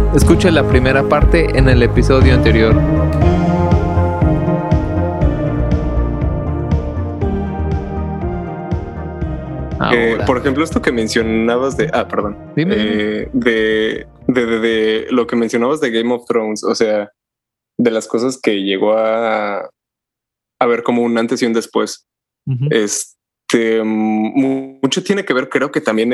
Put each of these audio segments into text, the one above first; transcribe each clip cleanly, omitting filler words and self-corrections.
Escucha la primera parte en el episodio anterior. Por ejemplo, esto que mencionabas de... perdón. Dime. De lo que mencionabas de Game of Thrones, o sea, de las cosas que llegó a ver como un antes y un después. Uh-huh. Mucho tiene que ver, creo que también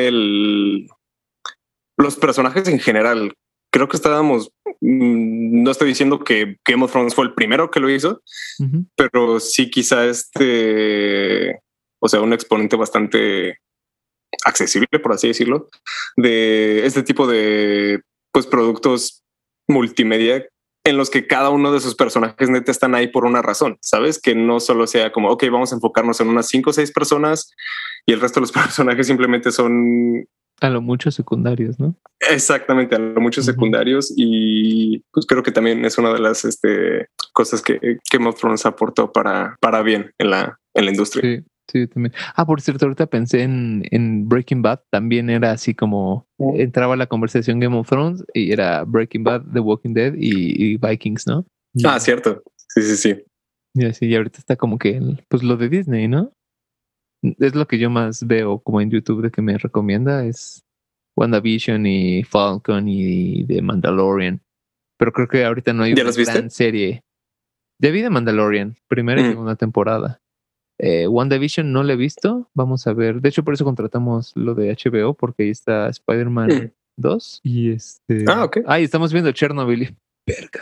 los personajes en general. Creo que estábamos... no estoy diciendo que Game of Thrones fue el primero que lo hizo, uh-huh, pero sí quizá o sea, un exponente bastante accesible, por así decirlo, de este tipo de pues productos multimedia en los que cada uno de sus personajes neta están ahí por una razón, ¿sabes? Que no solo sea como, ok, vamos a enfocarnos en unas 5 o 6 personas y el resto de los personajes simplemente son... a lo mucho secundarios, ¿no? Exactamente, a lo mucho, uh-huh, secundarios, y pues creo que también es una de las cosas que Game of Thrones aportó para bien en la industria. Sí, también. Por cierto, ahorita pensé en Breaking Bad, también era así como entraba la conversación Game of Thrones y era Breaking Bad, The Walking Dead y Vikings, ¿no? Cierto. Sí. Y así, y ahorita está como que pues lo de Disney, ¿no? Es lo que yo más veo como en YouTube de que me recomienda es WandaVision y Falcon y The Mandalorian. Pero creo que ahorita no hay una gran serie. Ya vi The Mandalorian, primera y segunda temporada. WandaVision no lo he visto. Vamos a ver. De hecho, por eso contratamos lo de HBO, porque ahí está Spider-Man 2. Y ok. Estamos viendo Chernobyl. Verga.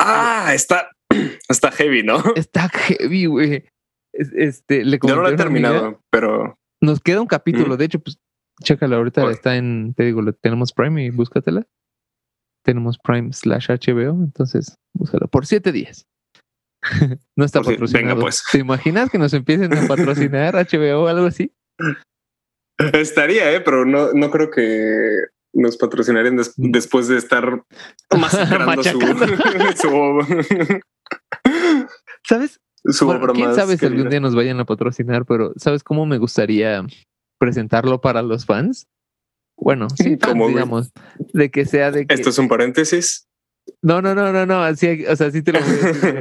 Está heavy, ¿no? Está heavy, güey. Yo no lo he terminado, pero nos queda un capítulo. De hecho, pues chécalo ahorita. Está en, te digo, tenemos Prime y búscatela. Tenemos Prime/HBO. Entonces, búscalo por 7 días. No está patrocinado. Venga, pues. ¿Te imaginas que nos empiecen a patrocinar HBO o algo así? Estaría, pero no creo que nos patrocinarían después de estar masacrando su ¿Sabes? Obra quién más sabe si querida. algún día nos vayan a patrocinar, pero ¿sabes cómo me gustaría presentarlo para los fans? Bueno, sí, fans, digamos, de que sea de que... ¿Esto es un paréntesis? No, así, o sea, sí te lo voy a decir.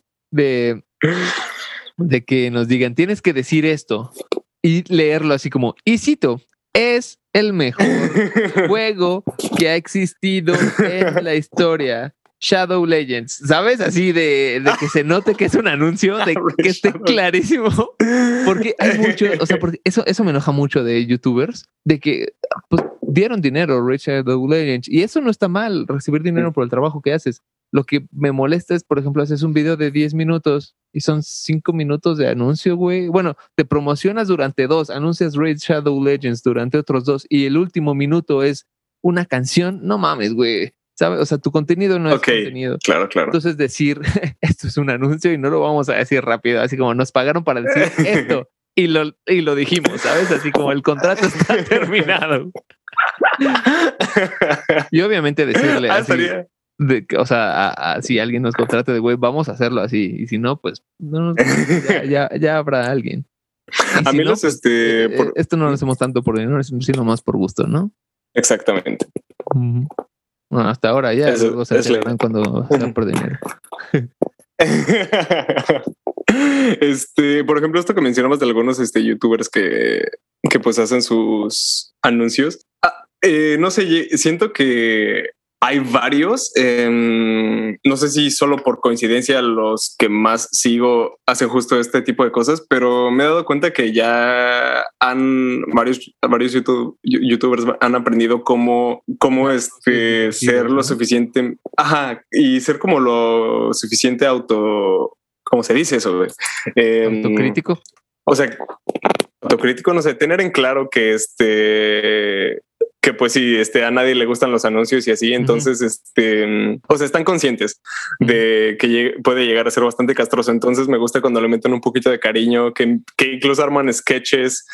De que nos digan, tienes que decir esto y leerlo así como, y cito, es el mejor juego que ha existido en la historia, Shadow Legends, ¿sabes? Así de que se note que es un anuncio, de que esté clarísimo, porque hay mucho, o sea, porque eso me enoja mucho de youtubers, de que pues dieron dinero a Shadow Legends, y eso no está mal, recibir dinero por el trabajo que haces. Lo que me molesta es, por ejemplo, haces un video de 10 minutos y son 5 minutos de anuncio, güey. Bueno, te promocionas durante 2, anuncias Raid Shadow Legends durante otros 2 y el último minuto es una canción. No mames, güey. ¿Sabes? O sea, tu contenido no es contenido. Claro. Entonces decir, esto es un anuncio y no lo vamos a decir rápido, así como nos pagaron para decir esto y lo dijimos, ¿sabes? Así como el contrato está terminado. Y obviamente decirle así... o sea, si alguien nos contrata de güey, vamos a hacerlo así, y si no, pues no, ya habrá alguien. A mí no, pues, esto no lo hacemos tanto por dinero, sino más por gusto, ¿no? Exactamente. Uh-huh. Bueno, hasta ahora ya luego se celebran cuando dan por dinero. Por ejemplo, esto que mencionabas de algunos youtubers que pues hacen sus anuncios. No sé, siento que hay varios, no sé si solo por coincidencia los que más sigo hacen justo este tipo de cosas, pero me he dado cuenta que ya varios youtubers han aprendido cómo ser lo suficiente, y ser como lo suficiente ¿cómo se dice eso? Autocrítico. O sea, autocrítico, no sé, tener en claro que que pues sí, a nadie le gustan los anuncios y así, entonces, o sea, están conscientes de que puede llegar a ser bastante castroso, entonces me gusta cuando le meten un poquito de cariño, que incluso arman sketches,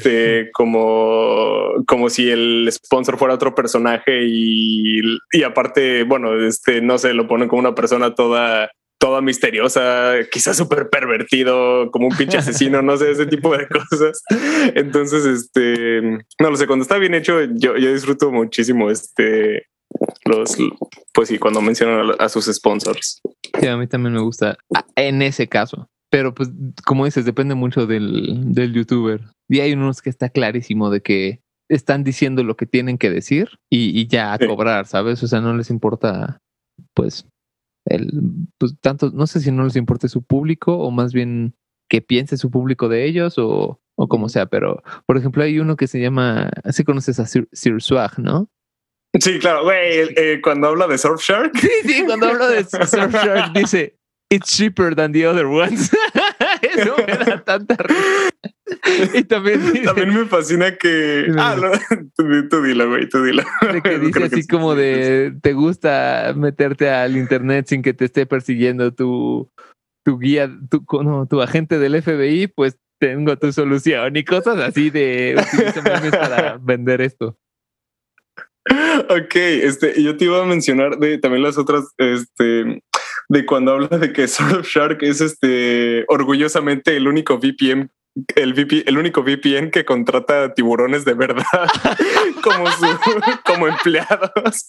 como si el sponsor fuera otro personaje y aparte, bueno, no sé, lo ponen como una persona toda misteriosa, quizás súper pervertido, como un pinche asesino, no sé, ese tipo de cosas. Entonces, no lo sé, cuando está bien hecho, yo disfruto muchísimo Pues sí, cuando mencionan a sus sponsors. Sí, a mí también me gusta en ese caso. Pero pues, como dices, depende mucho del youtuber. Y hay unos que está clarísimo de que están diciendo lo que tienen que decir y ya a Sí. cobrar, ¿sabes? O sea, no les importa, pues, pues tanto, no sé si no les importa su público o más bien que piense su público de ellos o como sea, pero por ejemplo hay uno que se llama, así conoces a Sir Swag, ¿no? Sí, claro, güey, cuando habla de Surfshark. Sí, cuando hablo de Surfshark dice it's cheaper than the other ones. Eso me da tanta risa. Y también me fascina que... tú dilo, güey, tú dilo. De que dice así como de te gusta meterte al internet sin que te esté persiguiendo tu guía, tu agente del FBI, pues tengo tu solución y cosas así de utilizo memes para vender esto. Ok, yo te iba a mencionar de también las otras, de cuando habla de que Surfshark es orgullosamente el único VPN, el único VPN que contrata tiburones de verdad como empleados.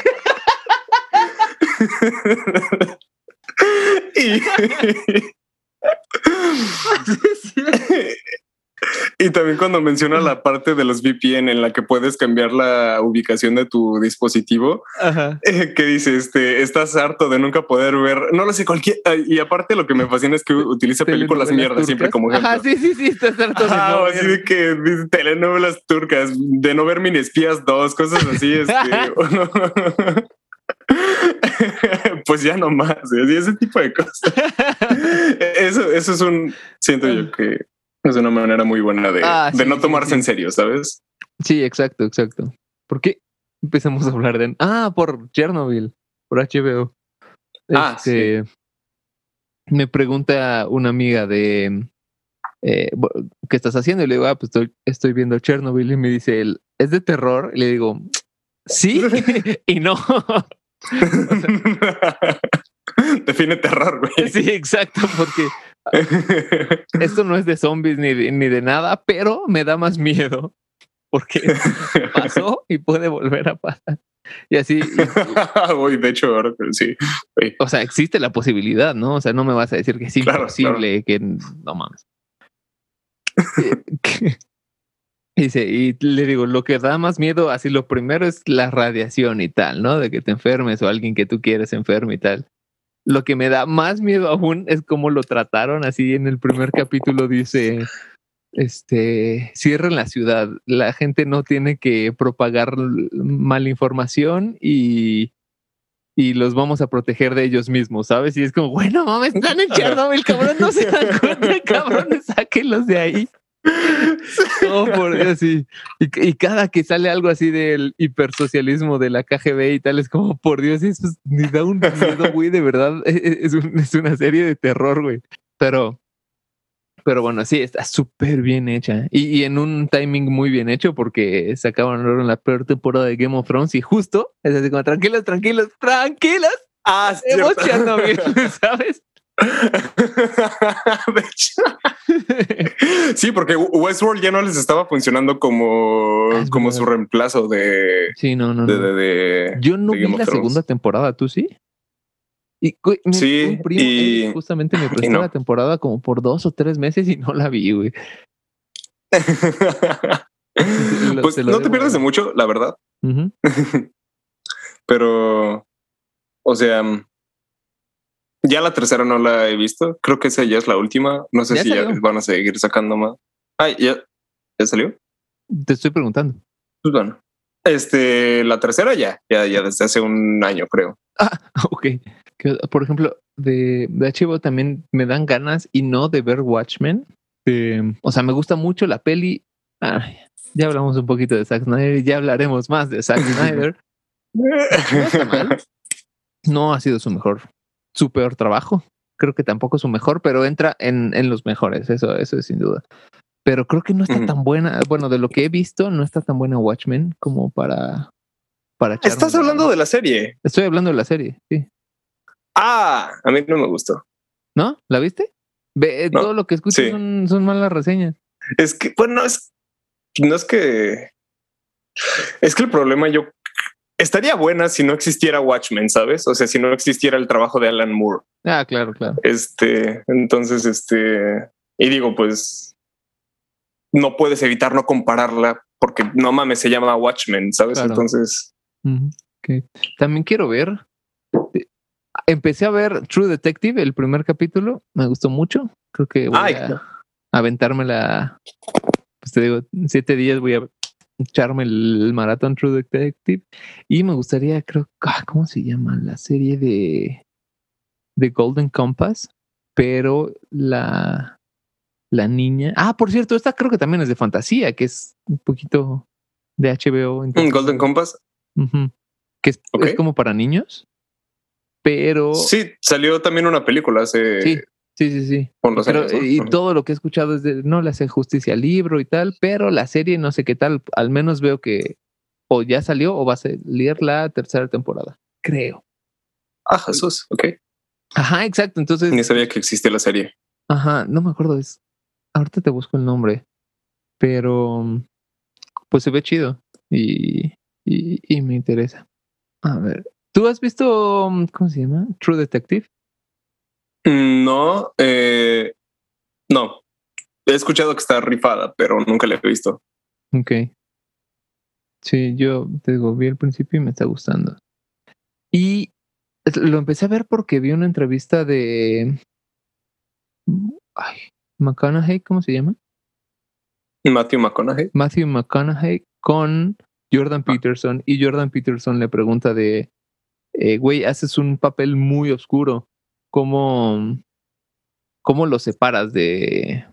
Y también cuando menciona la parte de los VPN en la que puedes cambiar la ubicación de tu dispositivo, que dice, estás harto de nunca poder ver, no lo sé, cualquier... Y aparte lo que me fascina es que utiliza películas mierdas siempre como ejemplo. Ajá, sí, estás harto de no ver. Así de que telenovelas turcas, de no ver Mini Espías 2, cosas así, pues ya no más, ese tipo de cosas. Eso es siento yo que es una manera muy buena de no tomarse en serio, ¿sabes? Sí, exacto. ¿Por qué empezamos a hablar de... por Chernobyl, por HBO. Sí. Me pregunta una amiga de... ¿qué estás haciendo? Y le digo, pues estoy viendo Chernobyl. Y me dice, ¿es de terror? Y le digo, sí y no. Define terror, güey. Sí, exacto, porque esto no es de zombies ni de nada, pero me da más miedo porque pasó y puede volver a pasar. Y así. De hecho, ahora sí. O sea, existe la posibilidad, ¿no? O sea, no me vas a decir que es imposible, que no mames. Dice, y le digo, lo que da más miedo, así lo primero es la radiación y tal, ¿no? De que te enfermes o alguien que tú quieres enferme y tal. Lo que me da más miedo aún es cómo lo trataron. Así en el primer capítulo dice, cierren la ciudad. La gente no tiene que propagar mala información y los vamos a proteger de ellos mismos, ¿sabes? Y es como, bueno, mames, están en Chernobyl, cabrón, no se dan cuenta, cabrones, sáquenlos de ahí. Oh, por Dios, sí. Y cada que sale algo así del hipersocialismo de la KGB y tal, es como, por Dios, eso ni da un miedo, güey, de verdad. Es una serie de terror, güey. Pero bueno, sí, está súper bien hecha. Y en un timing muy bien hecho porque se acabaron en la peor temporada de Game of Thrones y justo es así como, tranquilos. Cierto. Chernobyl, ¿sabes? Sí, porque Westworld ya no les estaba funcionando como su reemplazo de... Sí, no. Yo no vi la segunda temporada, ¿tú sí? Y sí, un primo justamente me prestó la temporada como por 2 o 3 meses y no la vi, güey. Pues no te pierdes de mucho, la verdad. Uh-huh. Pero, o sea, ya la tercera no la he visto. Creo que esa ya es la última. No sé si ya van a seguir sacando más. ¿Ya salió? Te estoy preguntando. Pues bueno. La tercera ya desde hace un año, creo. Ok. Por ejemplo, de HBO también me dan ganas y no de ver Watchmen. O sea, me gusta mucho la peli. Ya hablamos un poquito de Zack Snyder y ya hablaremos más de Zack Snyder. No está mal. No ha sido su peor trabajo. Creo que tampoco es su mejor, pero entra en los mejores. Eso es sin duda. Pero creo que no está tan buena. Bueno, de lo que he visto, no está tan buena Watchmen como para ¿Estás hablando de la serie? Estoy hablando de la serie, sí. A mí no me gustó. ¿No? ¿La viste? No, todo lo que escucho son malas reseñas. Es que, bueno, no es que el problema yo estaría buena si no existiera Watchmen, ¿sabes? O sea, si no existiera el trabajo de Alan Moore. Ah, claro. Entonces, y digo, pues no puedes evitar no compararla porque no mames, se llama Watchmen, ¿sabes? Claro. Entonces. Okay. También quiero ver. Empecé a ver True Detective, el primer capítulo. Me gustó mucho. Creo que voy a aventármela. Pues te digo, 7 días voy a echarme el maratón True Detective. Y me gustaría, creo, ¿cómo se llama? La serie de Golden Compass. Pero la niña. Por cierto, esta creo que también es de fantasía, que es un poquito de HBO. Golden Compass. Que es como para niños. Pero. Sí, salió también una película hace. Sí. Con los años, ¿no? Y todo lo que he escuchado es de no le hace justicia al libro y tal, pero la serie no sé qué tal. Al menos veo que o ya salió o va a salir la tercera temporada, creo. Jesús, ok. Ajá, exacto. Entonces. Ni sabía que existía la serie. Ajá, no me acuerdo. Ahorita te busco el nombre, pero pues se ve chido y me interesa. A ver, ¿tú has visto cómo se llama? True Detective? No, no. He escuchado que está rifada, pero nunca la he visto. Ok. Sí, yo te digo, vi al principio y me está gustando. Y lo empecé a ver porque vi una entrevista de McConaughey, ¿cómo se llama? Matthew McConaughey. Matthew McConaughey con Jordan Peterson, y Jordan Peterson le pregunta de güey, haces un papel muy oscuro. ¿Cómo lo separas de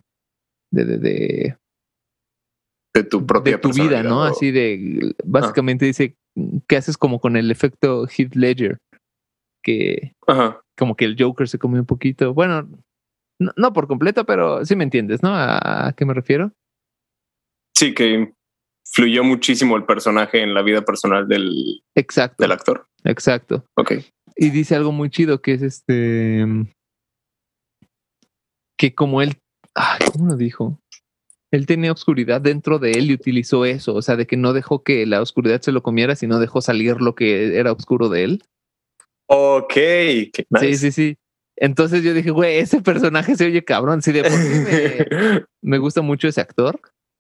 tu propia vida, ¿no? Así de, básicamente dice, ¿qué haces como con el efecto Heath Ledger? Que como que el Joker se comió un poquito. Bueno, no por completo, pero sí me entiendes, ¿no? ¿A qué me refiero? Sí, que fluyó muchísimo el personaje en la vida personal del actor. Exacto. Ok. Y dice algo muy chido que es que como él, ¿cómo lo dijo? Él tenía oscuridad dentro de él y utilizó eso, o sea, de que no dejó que la oscuridad se lo comiera, sino dejó salir lo que era oscuro de él. Ok, qué nice. Sí. Entonces yo dije, güey, ese personaje se oye cabrón. Sí, de por sí me gusta mucho ese actor.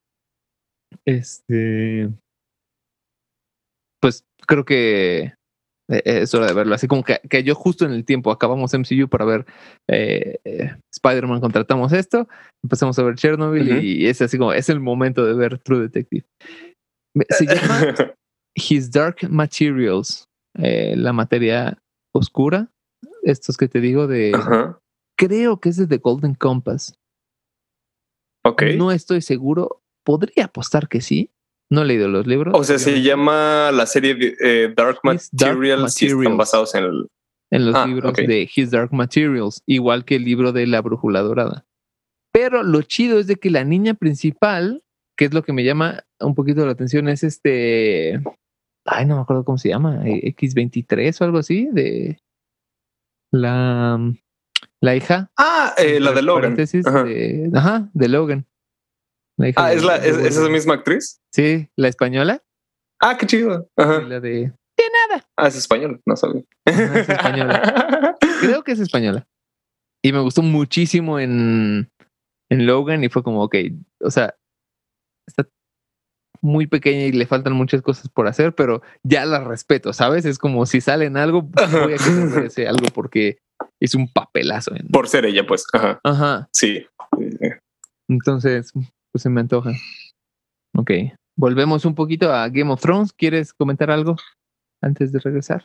Pues creo que es hora de verlo. Así como que yo justo en el tiempo acabamos MCU para ver Spider-Man, contratamos esto, empezamos a ver Chernobyl y es así como es el momento de ver True Detective. Se llama His Dark Materials, la materia oscura. Estos que te digo creo que es de The Golden Compass. Ok. No estoy seguro. Podría apostar que sí. No he leído los libros. O sea, se llama la serie de Dark Materials y están basados en los libros de His Dark Materials, igual que el libro de La Brújula Dorada. Pero lo chido es de que la niña principal, que es lo que me llama un poquito la atención, es no me acuerdo cómo se llama, X23 o algo así, de la hija. La de Logan. De Logan. La hija ¿es esa misma actriz? Sí, la española. Qué chido. Ajá. Y la de nada. Es español, no sabía. Es española. Creo que es española. Y me gustó muchísimo en Logan y fue como, ok, o sea, está muy pequeña y le faltan muchas cosas por hacer, pero ya la respeto, ¿sabes? Es como si sale en algo, voy a querer ese algo porque es un papelazo. Por ser ella, pues. Ajá. Sí. Entonces, pues se me antoja. Ok. Volvemos un poquito a Game of Thrones. ¿Quieres comentar algo antes de regresar?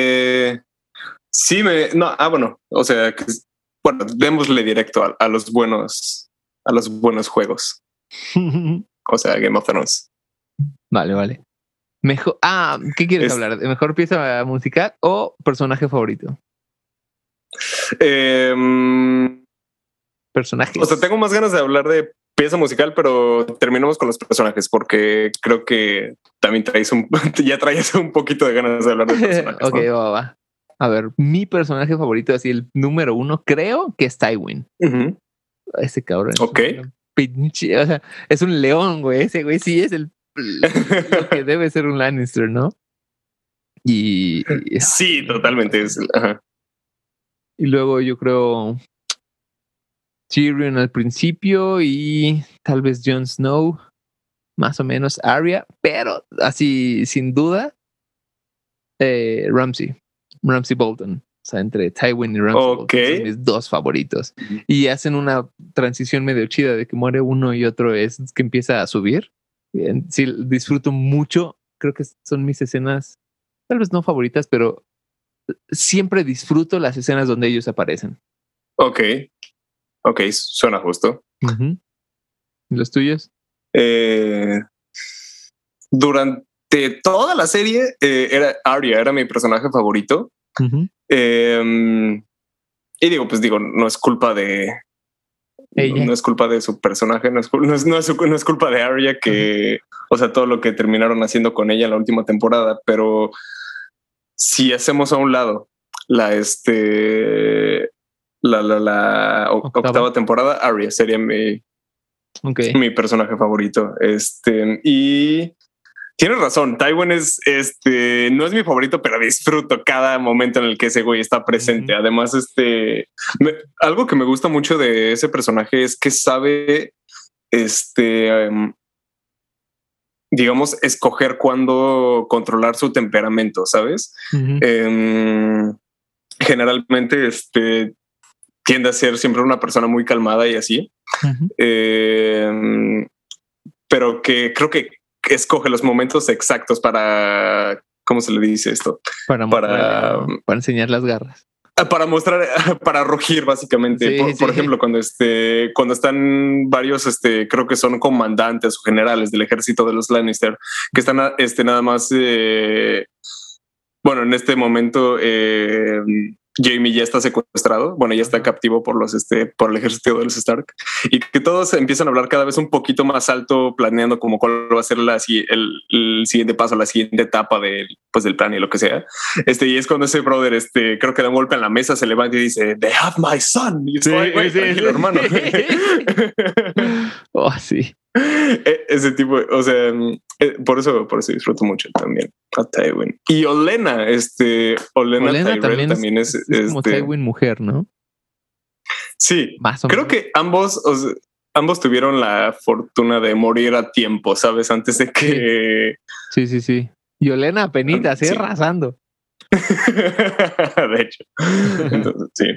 Sí, bueno, o sea, bueno, démosle directo a los buenos juegos. O sea, Game of Thrones. Vale. Mejor, ¿qué quieres hablar? ¿Mejor pieza musical o personaje favorito? Personajes. O sea, tengo más ganas de hablar de pieza musical, pero terminamos con los personajes porque creo que también ya traías un poquito de ganas de hablar de personajes. Ok, ¿no? va. A ver, mi personaje favorito, así el número 1, creo que es Tywin. Ese cabrón. Ok. O sea, es un león, güey. Ese güey sí es lo que debe ser un Lannister, ¿no? Sí, totalmente. Ajá. Y luego yo creo Tyrion al principio y tal vez Jon Snow, más o menos Arya, pero así sin duda Ramsay Bolton. O sea, entre Tywin y Ramsay Bolton son mis dos favoritos. Y hacen una transición medio chida de que muere uno y otro es que empieza a subir. Sí, disfruto mucho. Creo que son mis escenas, tal vez no favoritas, pero siempre disfruto las escenas donde ellos aparecen. Ok, suena justo. Uh-huh. ¿Y los tuyos? Durante toda la serie era Arya, era mi personaje favorito. Uh-huh. Y digo, no es culpa de ella. No es culpa de su personaje, no es culpa de Arya que, o sea, todo lo que terminaron haciendo con ella en la última temporada, pero si hacemos a un lado la octava temporada, Arya sería mi personaje favorito. Y tienes razón, Tywin es no es mi favorito, pero disfruto cada momento en el que ese güey está presente. Uh-huh. Además, algo que me gusta mucho de ese personaje es que sabe digamos, escoger cuándo controlar su temperamento, ¿sabes? Uh-huh. Generalmente tiende a ser siempre una persona muy calmada y así. Uh-huh. Pero que creo que escoge los momentos exactos para, ¿cómo se le dice esto? Para enseñar las garras. Para mostrar, para rugir básicamente. Sí, por ejemplo, cuando están varios, creo que son comandantes o generales del ejército de los Lannister que están nada más, bueno, en este momento Jaime ya está secuestrado, bueno, ya está captivo por por el ejército de los Stark, y que todos empiezan a hablar cada vez un poquito más alto, planeando como cuál va a ser el siguiente paso, la siguiente etapa del plan y lo que sea. Y es cuando ese brother, creo que da un golpe en la mesa, se levanta y dice, "They have my son." Y sí, tranquilo, hermano. Oh, sí. Ese tipo, o sea, por eso disfruto mucho también a Tywin. Y Olenna Tyrell también es como Tywin mujer, ¿no? Sí, creo que ambos tuvieron la fortuna de morir a tiempo, ¿sabes? Antes de que... Sí. Y Olenna apenitas, sí, arrasando. De hecho. Entonces, sí.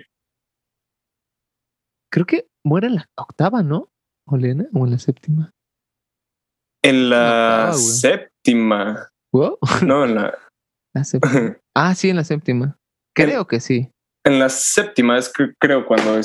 Creo que muere en la octava, ¿no? Olenna, o en la séptima. En la séptima. ¿Wow? No, en la séptima. Sí, en la séptima. Creo que sí. En la séptima es creo cuando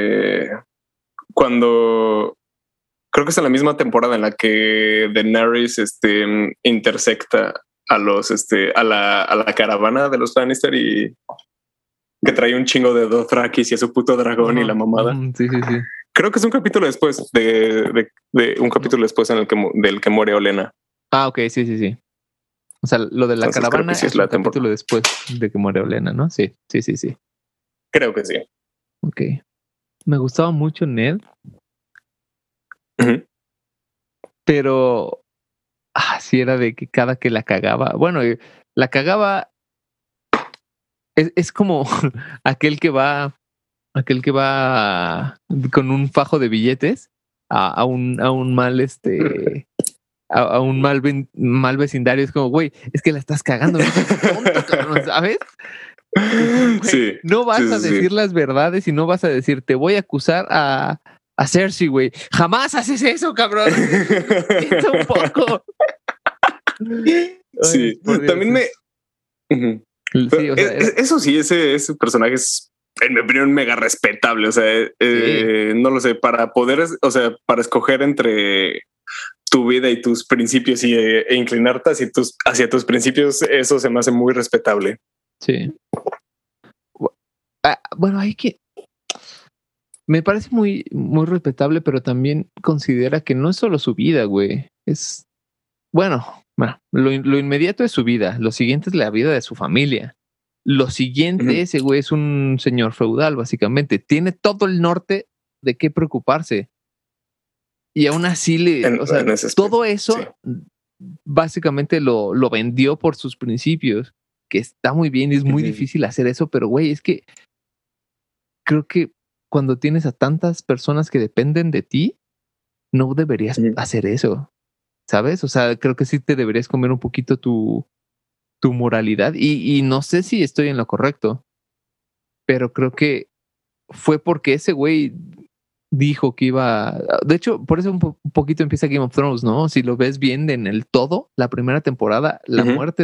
creo que es en la misma temporada en la que Daenerys intersecta a los a la caravana de los Lannister y que trae un chingo de Dothrakis y a su puto dragón y la mamada. Sí. Creo que es un capítulo después de un capítulo después del que muere Olenna. Ok, sí. O sea, lo de la caravana sí es un capítulo después de que muere Olenna, ¿no? Sí. Creo que sí. Ok. Me gustaba mucho Ned. Uh-huh. Pero sí era de que cada que la cagaba. Bueno, la cagaba. Es como aquel que va con un fajo de billetes a un mal a un mal vecindario. Es como, güey, es que la estás cagando, no seas tonto, cabrón, ¿sabes? Güey, sí. No vas a decir las verdades y no vas a decir, te voy a acusar a Cersei, güey. Jamás haces eso, cabrón. Piensa un poco. Sí, Ay, también me... Uh-huh. Sí, o sea, eso sí, ese personaje es, en mi opinión, mega respetable. O sea, no lo sé, para poder, o sea, para escoger entre tu vida y tus principios e inclinarte hacia tus principios, eso se me hace muy respetable. Sí. Bueno, hay que... Me parece muy, muy respetable, pero también considera que no es solo su vida, güey. Es... Bueno, lo inmediato es su vida. Lo siguiente es la vida de su familia. Lo siguiente, ese güey es un señor feudal, básicamente. Tiene todo el norte de qué preocuparse. Y aún así, todo eso básicamente lo vendió por sus principios. que está muy bien y es muy difícil hacer eso, pero güey, es que creo que cuando tienes a tantas personas que dependen de ti, no deberías hacer eso, ¿sabes? O sea, creo que sí te deberías comer un poquito tu moralidad y no sé si estoy en lo correcto, pero creo que fue porque ese güey dijo que iba. De hecho, por eso un poquito empieza Game of Thrones, ¿no? Si lo ves bien en el todo, la primera temporada, la muerte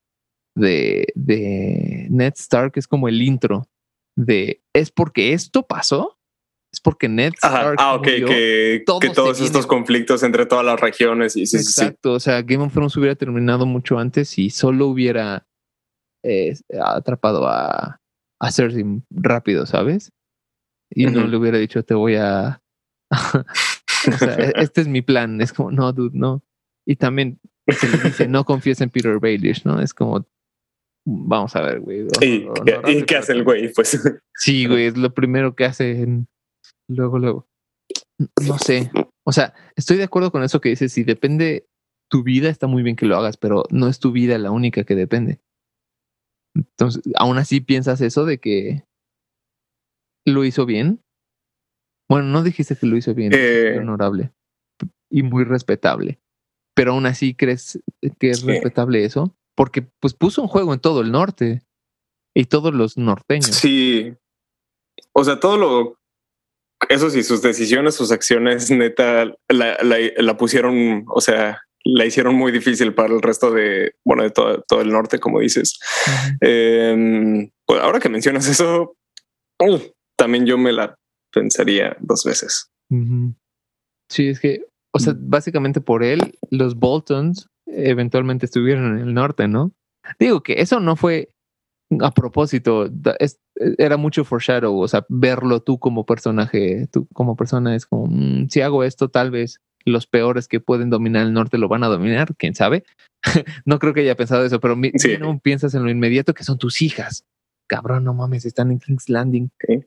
de Ned Stark es como el intro de ¿es porque esto pasó? Es porque Ned Stark murió, que todos estos conflictos entre todas las regiones y exacto, o sea, Game of Thrones hubiera terminado mucho antes y solo hubiera atrapado a Cersei rápido, ¿sabes? Y no le hubiera dicho te voy a o sea, este es mi plan. Es como, no, dude, no. Y también se le dice, no confíes en Peter Baelish, ¿no? Es como, vamos a ver, güey. ¿Y qué hace el güey? Pues sí, güey, es lo primero que hace. Luego. No sé. O sea, estoy de acuerdo con eso que dices. Si depende tu vida, está muy bien que lo hagas, pero no es tu vida la única que depende. Entonces, aún así piensas eso de que lo hizo bien. Bueno, no dijiste que lo hizo bien, es honorable y muy respetable. Pero aún así crees que es respetable eso, porque pues puso un juego en todo el norte y todos los norteños. Sí, o sea, eso sí, sus decisiones, sus acciones, neta, la pusieron, o sea, la hicieron muy difícil para el resto de todo el norte, como dices. Pues ahora que mencionas eso, también yo me la pensaría 2 veces. Sí, es que, o sea, básicamente por él, los Boltons eventualmente estuvieron en el norte, ¿no? Digo que eso no fue a propósito, era mucho foreshadow, o sea, verlo tú como personaje, tú como persona es como, si hago esto, tal vez los peores que pueden dominar el norte lo van a dominar, quién sabe. No creo que haya pensado eso, pero no piensas en lo inmediato que son tus hijas. Cabrón, no mames, están en King's Landing.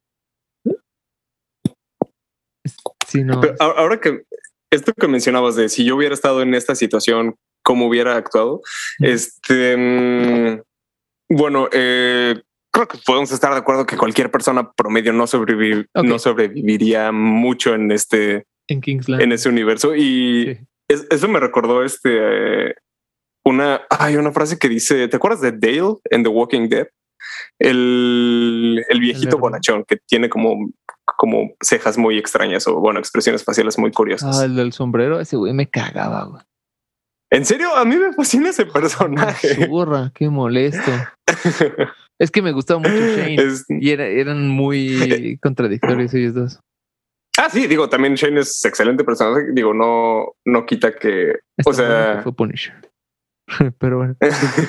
Sí, no. Pero ahora que esto que mencionabas de si yo hubiera estado en esta situación, ¿cómo hubiera actuado? Bueno, creo que podemos estar de acuerdo que cualquier persona promedio no sobreviviría mucho en en ese universo. Y eso me recordó una frase que dice, ¿te acuerdas de Dale en The Walking Dead? El viejito bonachón que tiene como cejas muy extrañas o expresiones faciales muy curiosas. El del sombrero, ese güey me cagaba, güey. ¿En serio? A mí me fascina ese personaje. Burra, qué molesto. Es que me gustaba mucho Shane y eran muy contradictorios ellos dos. Sí, digo, también Shane es excelente personaje. Digo, no quita que, o sea, que fue Punisher. Pero bueno.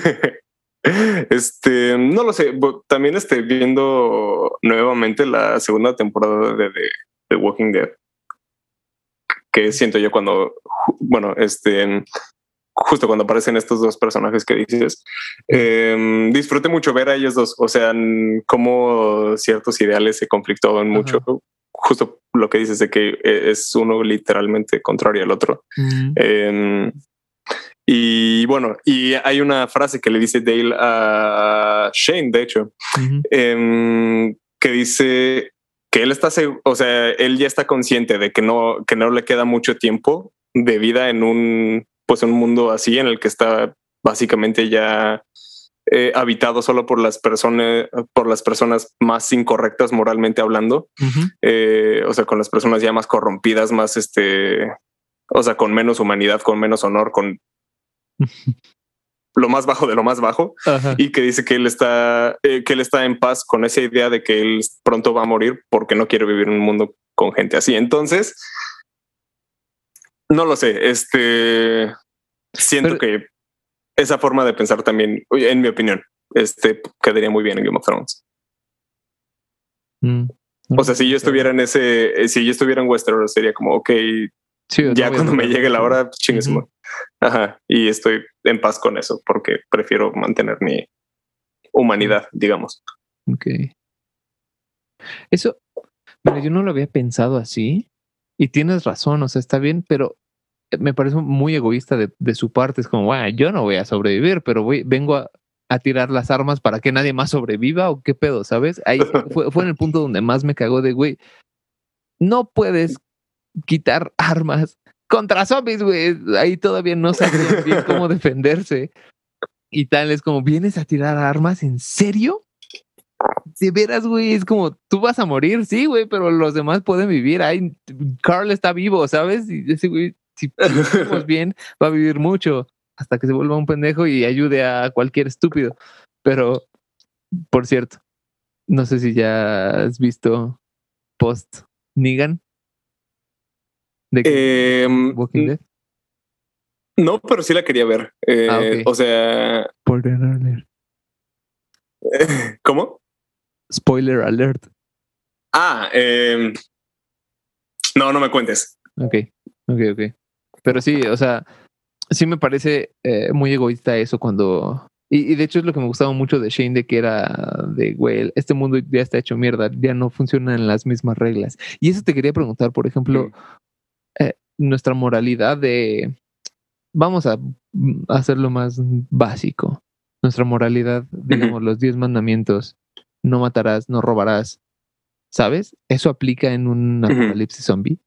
No lo sé. También viendo nuevamente la segunda temporada de The Walking Dead, que siento yo cuando, justo cuando aparecen estos dos personajes que dices, disfruté mucho ver a ellos dos, o sea, cómo ciertos ideales se conflictuaban mucho, justo lo que dices de que es uno literalmente contrario al otro. Y bueno, y hay una frase que le dice Dale a Shane, de hecho, que dice que él está seguro, o sea, él ya está consciente de que no le queda mucho tiempo de vida en un mundo así en el que está básicamente ya habitado solo por las personas más incorrectas moralmente hablando, o sea, con las personas ya más corrompidas, más o sea, con menos humanidad, con menos honor, con lo más bajo de lo más bajo. Y que dice que él está en paz con esa idea de que él pronto va a morir porque no quiere vivir en un mundo con gente así. Entonces, no lo sé. Siento que esa forma de pensar también, en mi opinión, quedaría muy bien en Game of Thrones. O sea, si yo estuviera si yo estuviera en Westeros, sería como, ok, ya cuando me llegue la hora, chingues. Y estoy en paz con eso porque prefiero mantener mi humanidad, digamos. Eso, mira, yo no lo había pensado así y tienes razón, o sea, está bien, pero me parece muy egoísta de su parte. Es como, yo no voy a sobrevivir, pero vengo a tirar las armas para que nadie más sobreviva o qué pedo, ¿sabes? Ahí fue en el punto donde más me cagó de, güey, no puedes quitar armas contra zombies, güey. Ahí todavía no sabían bien cómo defenderse. Y tal, es como, ¿vienes a tirar armas? ¿En serio? De veras, güey, es como, tú vas a morir, sí, güey, pero los demás pueden vivir. Ay, Carl está vivo, ¿sabes? Y ese güey, si vivimos bien, va a vivir mucho hasta que se vuelva un pendejo y ayude a cualquier estúpido. Pero, por cierto, no sé si ya has visto post Negan de Walking Dead. No, pero sí la quería ver. Ok. O sea, Spoiler alert. ¿cómo? Spoiler alert. No me cuentes. Ok. Pero sí, o sea, sí me parece muy egoísta eso cuando... Y de hecho es lo que me gustaba mucho de Shane, de que era de, güey, este mundo ya está hecho mierda, ya no funcionan las mismas reglas. Y eso te quería preguntar, por ejemplo, nuestra moralidad de... Vamos a hacerlo más básico. Nuestra moralidad, digamos, los 10 mandamientos, no matarás, no robarás, ¿sabes? ¿Eso aplica en un apocalipsis zombie?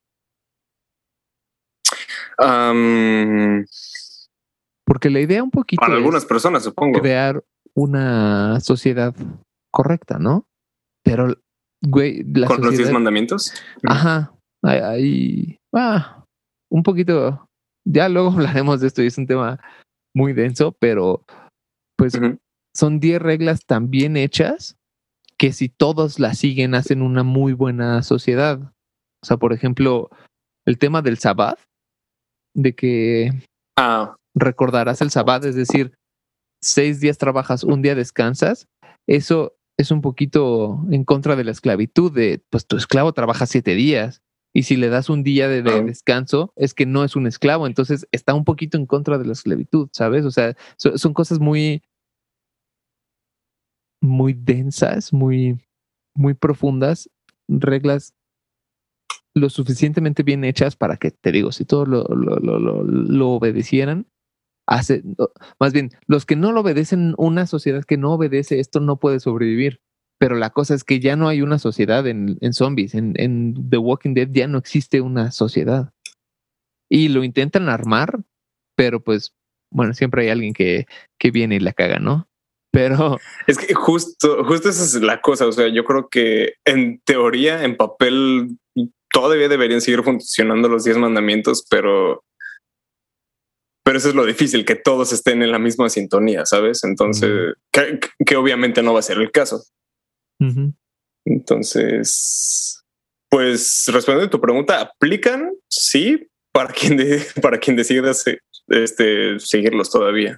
Porque la idea un poquito para algunas personas, supongo. Crear una sociedad correcta, ¿no? Pero, güey, la ¿Con sociedad... los 10 mandamientos? Ajá, ahí... un poquito... Ya luego hablaremos de esto y es un tema muy denso, pero pues son 10 reglas tan bien hechas que si todos las siguen hacen una muy buena sociedad. O sea, por ejemplo, el tema del Sabbat, de que recordarás el Sabbat, es decir, 6 días trabajas, un día descansas, eso es un poquito en contra de la esclavitud, de pues tu esclavo trabaja 7 días y si le das un día de descanso es que no es un esclavo, entonces está un poquito en contra de la esclavitud, ¿sabes? O sea, son cosas muy, muy densas, muy, muy profundas, reglas lo suficientemente bien hechas para que, te digo, si todos lo obedecieran, más bien, los que no lo obedecen, una sociedad que no obedece esto no puede sobrevivir. Pero la cosa es que ya no hay una sociedad en zombies. En The Walking Dead ya no existe una sociedad. Y lo intentan armar, pero pues, bueno, siempre hay alguien que viene y la caga, ¿no? Pero... Es que justo esa es la cosa. O sea, yo creo que en teoría, en papel, todavía deberían seguir funcionando los 10 mandamientos, pero eso es lo difícil, que todos estén en la misma sintonía, ¿sabes? Entonces, que obviamente no va a ser el caso. Entonces, pues respondiendo a tu pregunta, ¿aplican? Sí, para quien decida seguirlos todavía.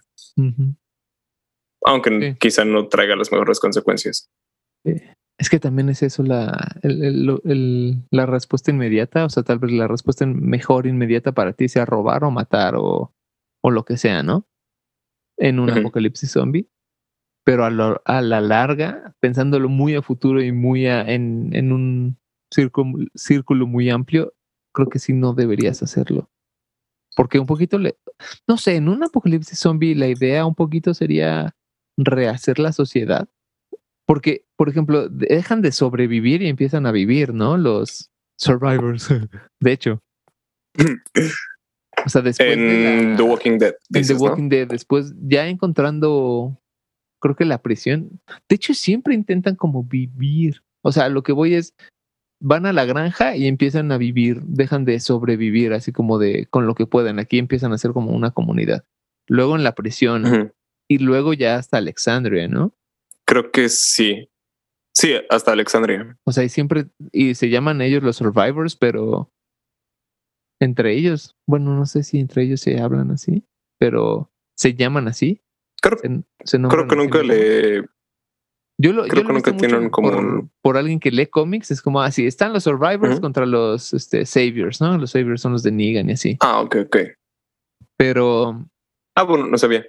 Aunque quizá no traiga las mejores consecuencias. Es que también es eso la respuesta inmediata, o sea, tal vez la respuesta mejor inmediata para ti sea robar o matar o lo que sea, ¿no? En un apocalipsis zombie. Pero a la larga, pensándolo muy a futuro y muy en un círculo muy amplio, creo que sí no deberías hacerlo. Porque un poquito no sé, en un apocalipsis zombie la idea un poquito sería rehacer la sociedad. Porque, por ejemplo, dejan de sobrevivir y empiezan a vivir, ¿no? Los survivors. De hecho. O sea, después en The Walking Dead. En The Walking ¿no? Dead, después ya encontrando, creo que la prisión. De hecho, siempre intentan como vivir. O sea, lo que voy es, van a la granja y empiezan a vivir, dejan de sobrevivir, así como de con lo que pueden. Aquí empiezan a ser como una comunidad. Luego en la prisión y luego ya hasta Alexandria, ¿no? Creo que sí. Sí, hasta Alexandria. O sea, y siempre, y se llaman ellos los survivors, pero entre ellos, bueno, no sé si entre ellos se hablan así, pero se llaman así. Creo que nunca le... Yo lo que nunca tienen como por alguien que lee cómics, es como así, están los survivors contra los saviors, ¿no? Los saviors son los de Negan y así. Ok. Pero... bueno, no sabía.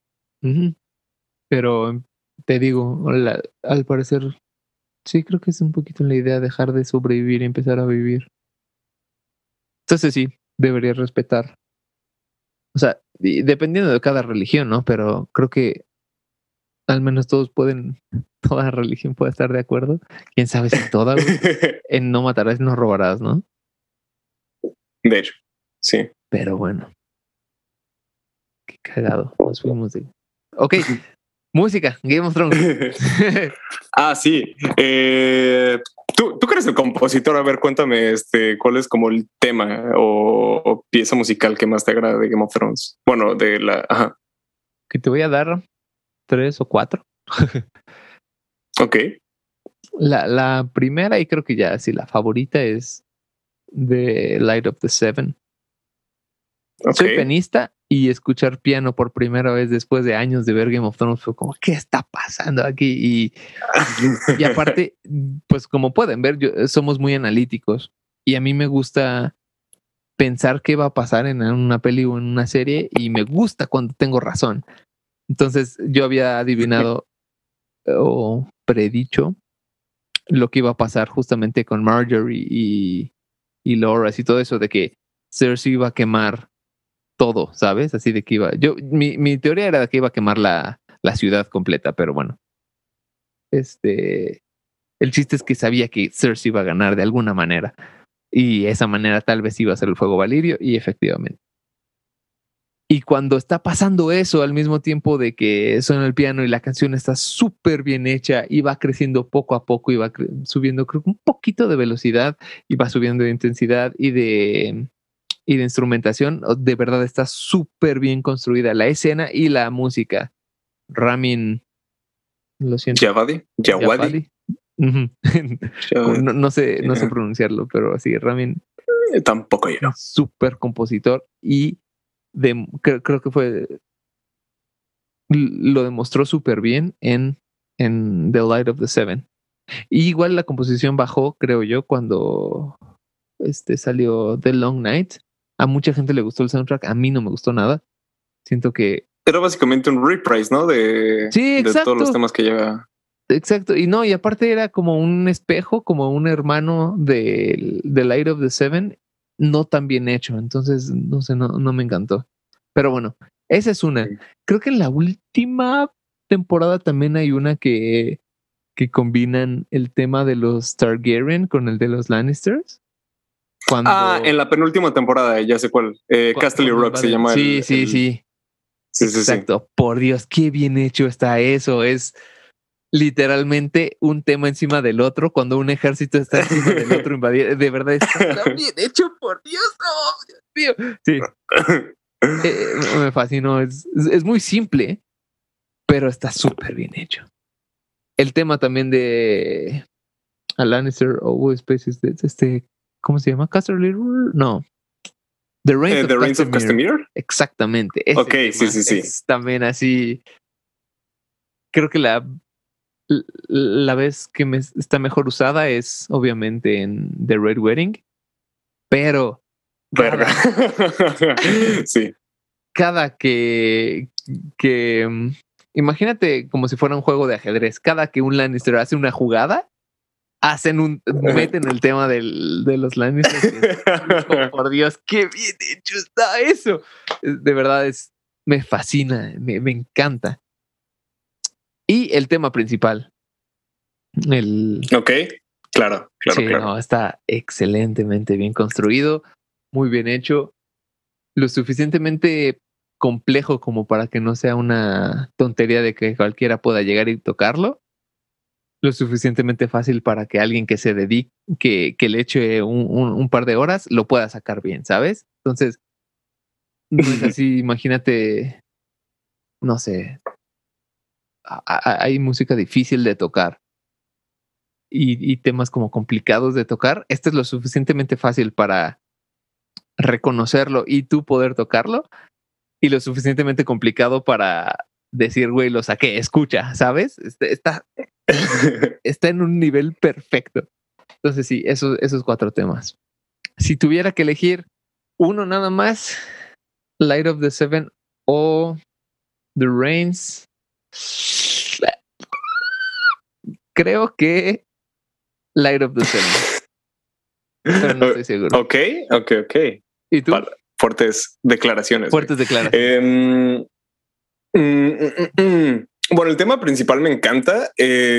Pero te digo, al parecer, sí creo que es un poquito la idea dejar de sobrevivir y empezar a vivir. Entonces sí, debería respetar. O sea, dependiendo de cada religión, ¿no? Pero creo que al menos toda religión puede estar de acuerdo. Quién sabe si toda, güey. En no matarás, no robarás, ¿no? De hecho, sí. Pero bueno. Qué cagado. Nos fuimos de... Ok. Música. Game of Thrones. Sí. ¿Tú eres el compositor? A ver, cuéntame cuál es como el tema o pieza musical que más te agrada de Game of Thrones. Bueno, de la... Ajá. Que te voy a dar 3 o 4. Ok. La primera, y creo que ya sí, la favorita es The Light of the Seven. Okay. Soy pianista y escuchar piano por primera vez después de años de ver Game of Thrones fue como, ¿qué está pasando aquí? Y aparte, pues como pueden ver, somos muy analíticos y a mí me gusta pensar qué va a pasar en una peli o en una serie y me gusta cuando tengo razón. Entonces yo había adivinado o predicho lo que iba a pasar justamente con Marjorie y Loras y todo eso de que Cersei iba a quemar todo, ¿sabes? Así de que mi teoría era de que iba a quemar la ciudad completa, pero bueno. El chiste es que sabía que Cersei iba a ganar de alguna manera y esa manera tal vez iba a ser el fuego valirio y efectivamente. Y cuando está pasando eso al mismo tiempo de que suena el piano y la canción está súper bien hecha y va creciendo poco a poco y va subiendo creo un poquito de velocidad y va subiendo de intensidad y de instrumentación, de verdad está súper bien construida la escena y la música. Ramin, lo siento. Djawadi. No sé pronunciarlo, pero así, Ramin. Tampoco yo. Súper compositor y creo que lo demostró súper bien en The Light of the Seven. Y igual la composición bajó, creo yo, cuando salió The Long Night. A mucha gente le gustó el soundtrack, a mí no me gustó nada. Siento que... Era básicamente un reprise, ¿no? Sí, exacto. De todos los temas que lleva. Exacto, y aparte era como un espejo, como un hermano de The Light of the Seven, no tan bien hecho, entonces no sé, no me encantó. Pero bueno, esa es una. Creo que en la última temporada también hay una que combinan el tema de los Targaryen con el de los Lannisters. En la penúltima temporada, ya sé cuál. Castle Rock se llama. Sí. Exacto. Sí. Por Dios, qué bien hecho está eso. Es literalmente un tema encima del otro cuando un ejército está encima del otro invadir. De verdad está tan bien hecho, por Dios. Oh, Dios mío. Sí. Me fascinó. Es muy simple, pero está súper bien hecho. El tema también de a Lannister o Spaces, ¿cómo se llama? Casterly. No. The Reigns of Castamere. Exactamente. Ok, sí. Es también así. Creo que la vez que está mejor usada es obviamente en The Red Wedding, pero sí. Cada que imagínate como si fuera un juego de ajedrez, cada que un Lannister hace una jugada, meten el tema de los Lannisters. Oh, por Dios, qué bien hecho está eso. De verdad me fascina, me encanta. Y el tema principal. Ok, claro. No, está excelentemente bien construido, muy bien hecho, lo suficientemente complejo como para que no sea una tontería de que cualquiera pueda llegar y tocarlo, lo suficientemente fácil para que alguien que se dedique, que le eche un par de horas, lo pueda sacar bien, ¿sabes? Entonces, no es así, imagínate, no sé, hay música difícil de tocar. Y temas como complicados de tocar, este es lo suficientemente fácil para reconocerlo y tú poder tocarlo, y lo suficientemente complicado para decir, güey, lo saqué, escucha, ¿sabes? Está en un nivel perfecto. Entonces sí, esos 4 temas. Si tuviera que elegir uno nada más, Light of the Seven o The Reigns, creo que Light of the Seven. Pero no estoy seguro. Ok. ¿Y tú? Fuertes declaraciones. Bueno, el tema principal me encanta.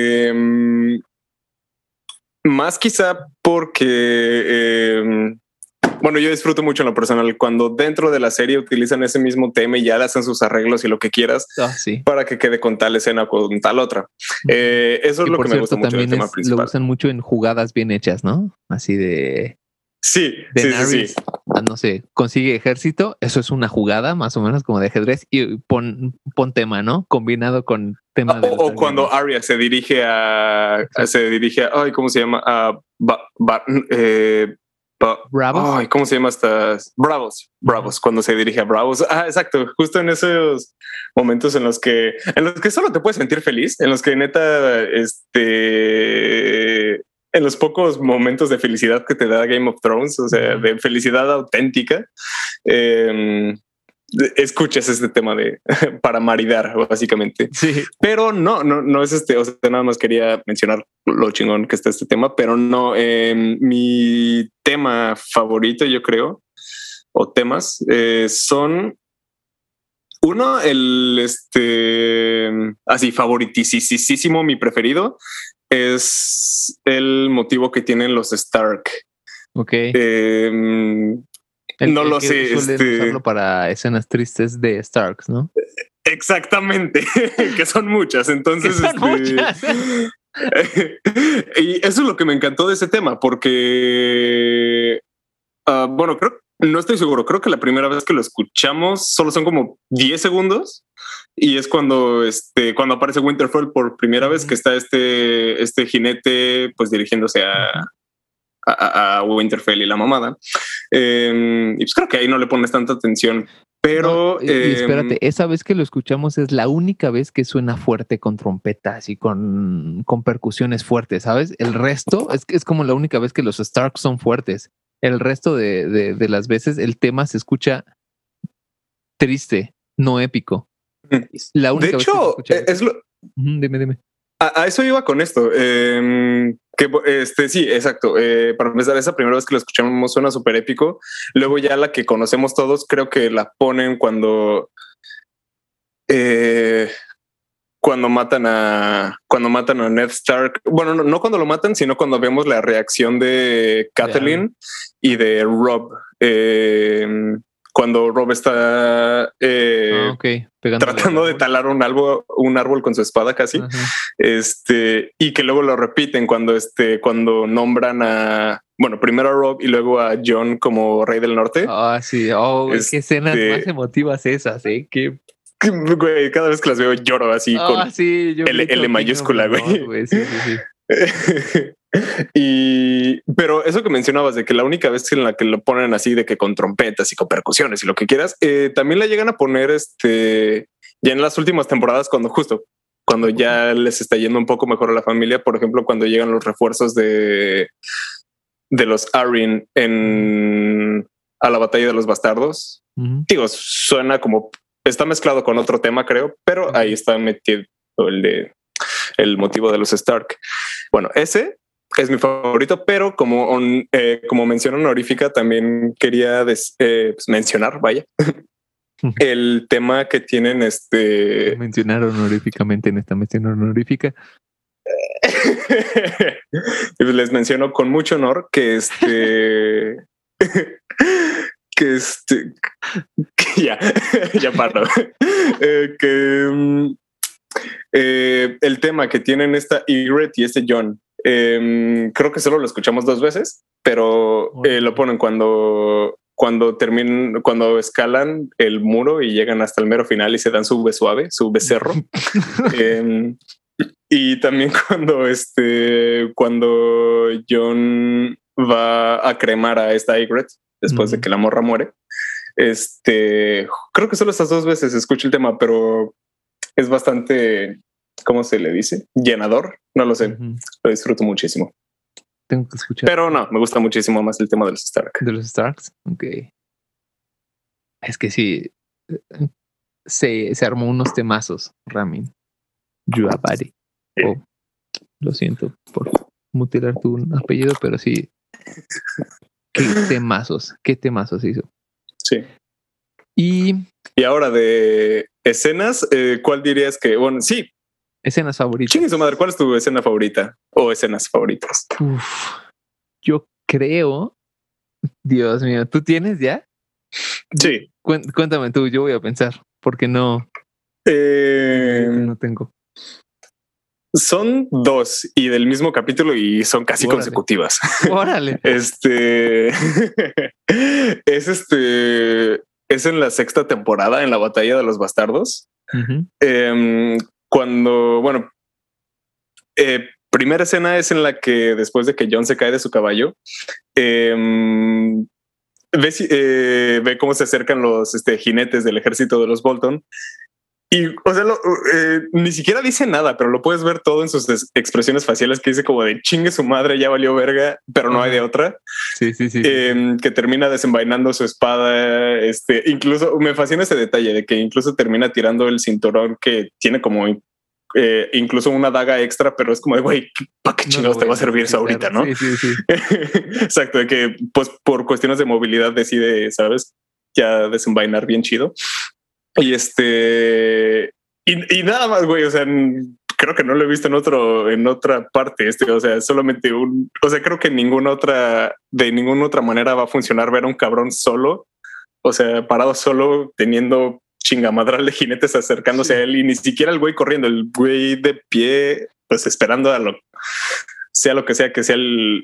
Más quizá porque, bueno, yo disfruto mucho en lo personal cuando dentro de la serie utilizan ese mismo tema y ya le hacen sus arreglos y lo que quieras Sí. para que quede con tal escena o con tal otra. Eso es lo que me gusta mucho del tema principal. Lo usan mucho en jugadas bien hechas, ¿no? Así de... Sí, sí. No sé, consigue ejército, eso es una jugada más o menos como de ajedrez y pon tema, ¿no? Combinado con tema de o cuando Arya se dirige a ay, ¿cómo se llama? Bravos. Ay, ¿cómo se llama estas? Bravos, cuando se dirige a Bravos. Exacto, justo en esos momentos en los que solo te puedes sentir feliz, en los que neta, en los pocos momentos de felicidad que te da Game of Thrones, o sea, de felicidad auténtica, escuchas este tema de para maridar, básicamente. Sí. Pero no es o sea, nada más quería mencionar lo chingón que está este tema, pero no, mi tema favorito, yo creo, o temas, son uno, así favoritísimo, mi preferido, es el motivo que tienen los Stark. Ok. No lo sé. Suelen usarlo para escenas tristes de Starks, ¿no? Exactamente, que son muchas. Entonces, muchas. Y eso es lo que me encantó de ese tema, porque, bueno, no estoy seguro, creo que la primera vez que lo escuchamos solo son como 10 segundos y es cuando aparece Winterfell por primera vez, que está este jinete pues dirigiéndose a Winterfell y la mamada. Y pues creo que ahí no le pones tanta atención. Pero y espérate, esa vez que lo escuchamos es la única vez que suena fuerte con trompetas y con percusiones fuertes, ¿sabes? El resto es como la única vez que los Starks son fuertes. El resto de las veces el tema se escucha triste, no épico. La única de hecho, vez que dime. A eso iba con esto. Sí, exacto. Para empezar, esa primera vez que lo escuchamos suena súper épico. Luego ya la que conocemos todos, creo que la ponen cuando matan a Ned Stark. Bueno, no cuando lo matan, sino cuando vemos la reacción de Catelyn y de Robb. Cuando Robb está tratando de talar un árbol con su espada casi. Y que luego lo repiten cuando nombran primero a Robb y luego a Jon como rey del norte. Sí. Qué escenas más emotivas esas, ¿eh? Güey, cada vez que las veo lloro así con L mayúscula, güey. Sí. Pero eso que mencionabas de que la única vez en la que lo ponen así de que con trompetas y con percusiones y lo que quieras, también la llegan a poner ya en las últimas temporadas cuando ya les está yendo un poco mejor a la familia. Por ejemplo, cuando llegan los refuerzos de los Arryn a la batalla de los bastardos. Digo, suena como está mezclado con otro tema, creo, pero ahí está metido el motivo de los Stark. Bueno, ese es mi favorito, pero como mención honorífica también quería mencionar, el tema que tienen mencionar honoríficamente en esta mención honorífica. Les menciono con mucho honor que ya paro. El tema que tienen esta Ygritte y Jon, creo que solo lo escuchamos 2 veces, pero lo ponen cuando escalan el muro y llegan hasta el mero final y se dan su becerro. Y también cuando Jon va a cremar a esta Ygritte después de que la morra muere. Creo que solo estas 2 veces escucho el tema, pero es bastante, ¿cómo se le dice? Llenador. No lo sé. Lo disfruto muchísimo. Tengo que escuchar. Pero no, me gusta muchísimo más el tema de los Stark. De los Starks. Ok. Es que sí, se armó unos temazos, Ramin. Yuabari. Lo siento por mutilar tu apellido, pero sí. Qué temazos hizo. Sí. Y ahora de escenas, ¿cuál dirías que? Bueno, sí, Escenas favoritas. Chingue su madre, ¿cuál es tu escena favorita? O escenas favoritas. Yo creo, Dios mío, ¿tú tienes ya? Sí. Cuéntame tú, yo voy a pensar, porque no tengo. Son 2 y del mismo capítulo y son casi consecutivas. Órale. Es en la 6ª temporada, en la batalla de los bastardos. Cuando, bueno, primera escena es en la que después de que Jon se cae de su caballo, ve cómo se acercan los jinetes del ejército de los Bolton. Y, o sea, ni siquiera dice nada, pero lo puedes ver todo en sus expresiones faciales, que dice como de chingue su madre, ya valió verga, pero no hay de otra. Sí. Que termina desenvainando su espada. Incluso me fascina ese detalle de que incluso termina tirando el cinturón que tiene como incluso una daga extra, pero es como de güey, ¿para qué chingados te va a servir eso ahorita? ¿No? Sí. Exacto, de que pues por cuestiones de movilidad decide, ¿sabes? Ya desenvainar bien chido. Y y nada más, güey, o sea, creo que no lo he visto en otra parte, o sea, solamente creo que de ninguna otra manera va a funcionar ver a un cabrón solo, o sea, parado solo, teniendo chingamadral de jinetes acercándose a él, y ni siquiera el güey corriendo, el güey de pie, pues esperando a sea lo que sea el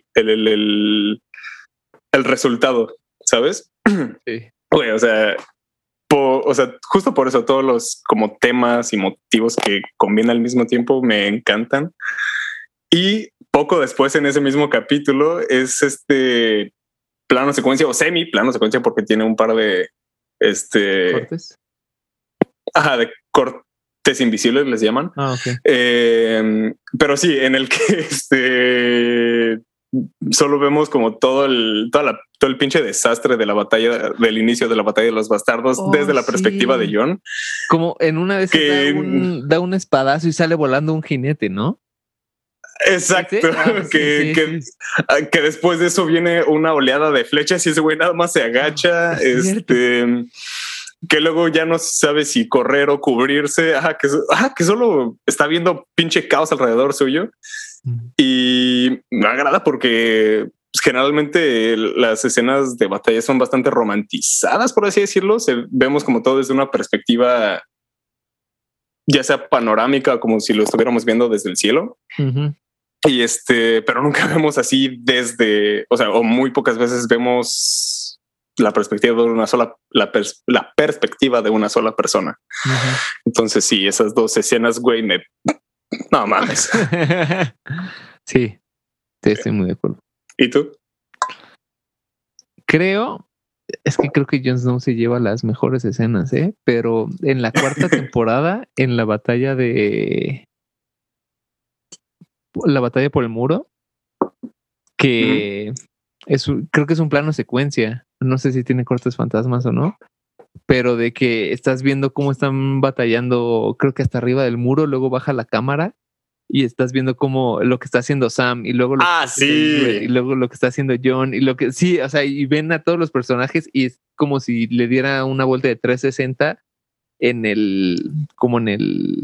resultado, ¿sabes? Sí. Güey, o sea, justo por eso todos los como temas y motivos que combinan al mismo tiempo me encantan. Y poco después en ese mismo capítulo es plano secuencia o semi plano secuencia, porque tiene un par de ¿Cortes? Ajá, de cortes invisibles les llaman. Okay. Pero sí, en el que solo vemos como todo el pinche desastre de la batalla, del inicio de la batalla de los bastardos, desde la perspectiva de Jon. Como en una vez da un espadazo y sale volando un jinete, ¿no? Exacto. Que después de eso viene una oleada de flechas y ese güey nada más se agacha. Que luego ya no sabe si correr o cubrirse. Que solo está viendo pinche caos alrededor suyo. Y me agrada porque pues, generalmente las escenas de batalla son bastante romantizadas, por así decirlo. Vemos como todo desde una perspectiva ya sea panorámica, como si lo estuviéramos viendo desde el cielo. Y pero nunca vemos así o muy pocas veces vemos la perspectiva de una sola, la perspectiva de una sola persona. Entonces sí, esas 2 escenas, güey, no mames. Sí, estoy muy de acuerdo. ¿Y tú? Creo que Jon Snow se lleva las mejores escenas, pero en la 4ª temporada, en la batalla por el muro, que creo que es un plano secuencia. No sé si tiene cortes fantasmas o no, pero de que estás viendo cómo están batallando, creo que hasta arriba del muro, luego baja la cámara y estás viendo cómo lo que está haciendo Sam y luego y luego lo que está haciendo Jon y y ven a todos los personajes y es como si le diera una vuelta de 360 como en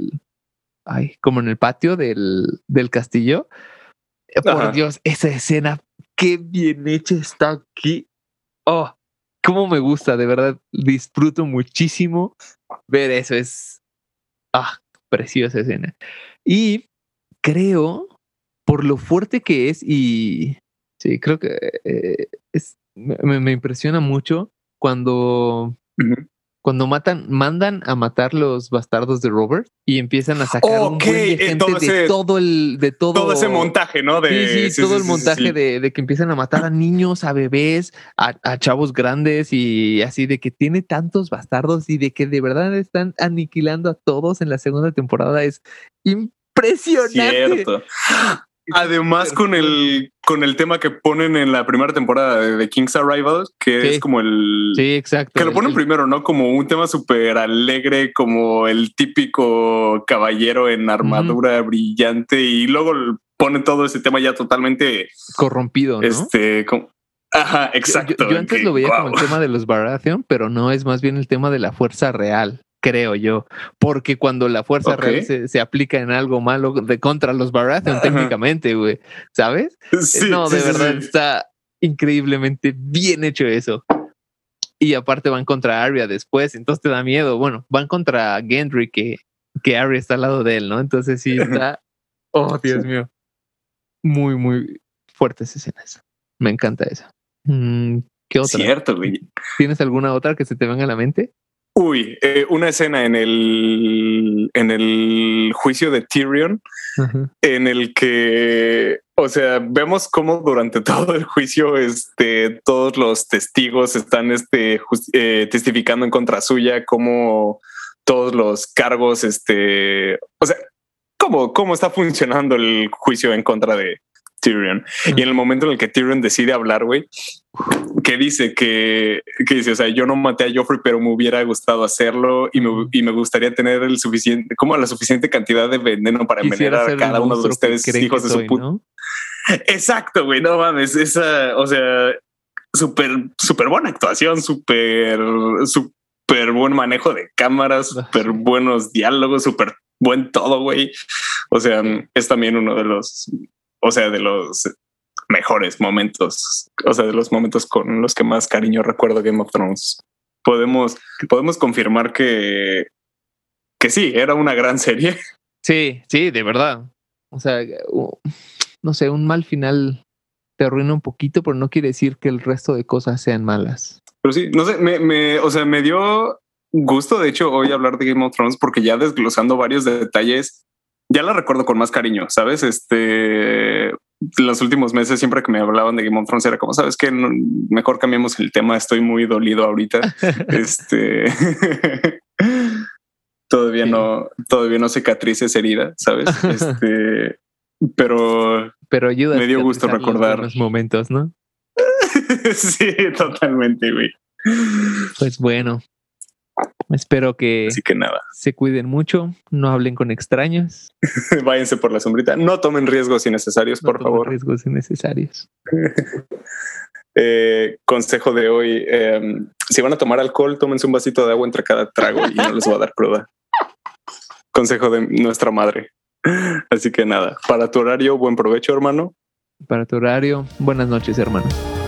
el patio del castillo. Por Dios, esa escena, qué bien hecha está aquí. Oh, cómo me gusta, de verdad, disfruto muchísimo ver eso. Es preciosa escena. Y creo, por lo fuerte que es, y sí, creo que me impresiona mucho cuando mandan a matar los bastardos de Robert y empiezan a sacar un buen de gente de todo ese montaje, ¿no? Todo el montaje de que empiezan a matar a niños, a bebés, a chavos grandes y así, de que tiene tantos bastardos y de que de verdad están aniquilando a todos en la 2ª temporada. Es impresionante. Cierto. Además, con el tema que ponen en la primera temporada de The King's Arrival, que es como sí, exacto. Que lo ponen primero, ¿no? Como un tema súper alegre, como el típico caballero en armadura brillante, y luego ponen todo ese tema ya totalmente corrompido, ¿no? Ajá, exacto. Yo antes lo veía como el tema de los Baratheon, pero no, es más bien el tema de la fuerza real. creo yo, porque cuando la fuerza real se aplica en algo malo de contra los Baratheon técnicamente, güey, ¿sabes? Sí, No, de verdad está increíblemente bien hecho eso. Y aparte van contra Arya después, entonces te da miedo. Bueno, van contra Gendry que Arya está al lado de él, ¿no? Entonces sí está, oh Dios mío, muy, muy fuertes escenas. Me encanta esa. ¿Qué otra? Cierto, güey. ¿Tienes alguna otra que se te venga a la mente? Uy, una escena en el juicio de Tyrion, en el que, o sea, vemos cómo durante todo el juicio, todos los testigos están, testificando en contra suya, como todos los cargos, o sea, cómo está funcionando el juicio en contra de Tyrion. Y en el momento en el que Tyrion decide hablar, güey, que dice, o sea, yo no maté a Joffrey, pero me hubiera gustado hacerlo y me gustaría tener la suficiente cantidad de veneno para envenenar a cada uno de ustedes, hijos de su puta. ¿No? Exacto, güey, no mames, esa, o sea, súper buena actuación, súper buen manejo de cámaras, súper buenos diálogos, súper buen todo, güey. O sea, es también uno de los, o sea, de los mejores momentos, o sea, de los momentos con los que más cariño recuerdo Game of Thrones. Podemos confirmar que sí, era una gran serie. Sí, de verdad. O sea, no sé, un mal final te arruina un poquito, pero no quiere decir que el resto de cosas sean malas. Pero sí, no sé, o sea, me dio gusto, de hecho, hoy hablar de Game of Thrones porque ya desglosando varios detalles, ya la recuerdo con más cariño, ¿sabes? Los últimos meses, siempre que me hablaban de Game of Thrones, era como, ¿sabes qué? Mejor cambiemos el tema, estoy muy dolido ahorita. Todavía no cicatrice esa herida, ¿sabes? Pero ayuda. Me dio gusto recordar los momentos, ¿no? Sí, totalmente, güey. Pues bueno, espero que, así que nada, se cuiden mucho, no hablen con extraños. Váyanse por la sombrita, no tomen riesgos innecesarios, por favor. Riesgos innecesarios. Consejo de hoy, si van a tomar alcohol, tómense un vasito de agua entre cada trago y no les va a dar cruda. Consejo de nuestra madre. Así que nada, para tu horario, buen provecho, hermano. Para tu horario, buenas noches, hermano.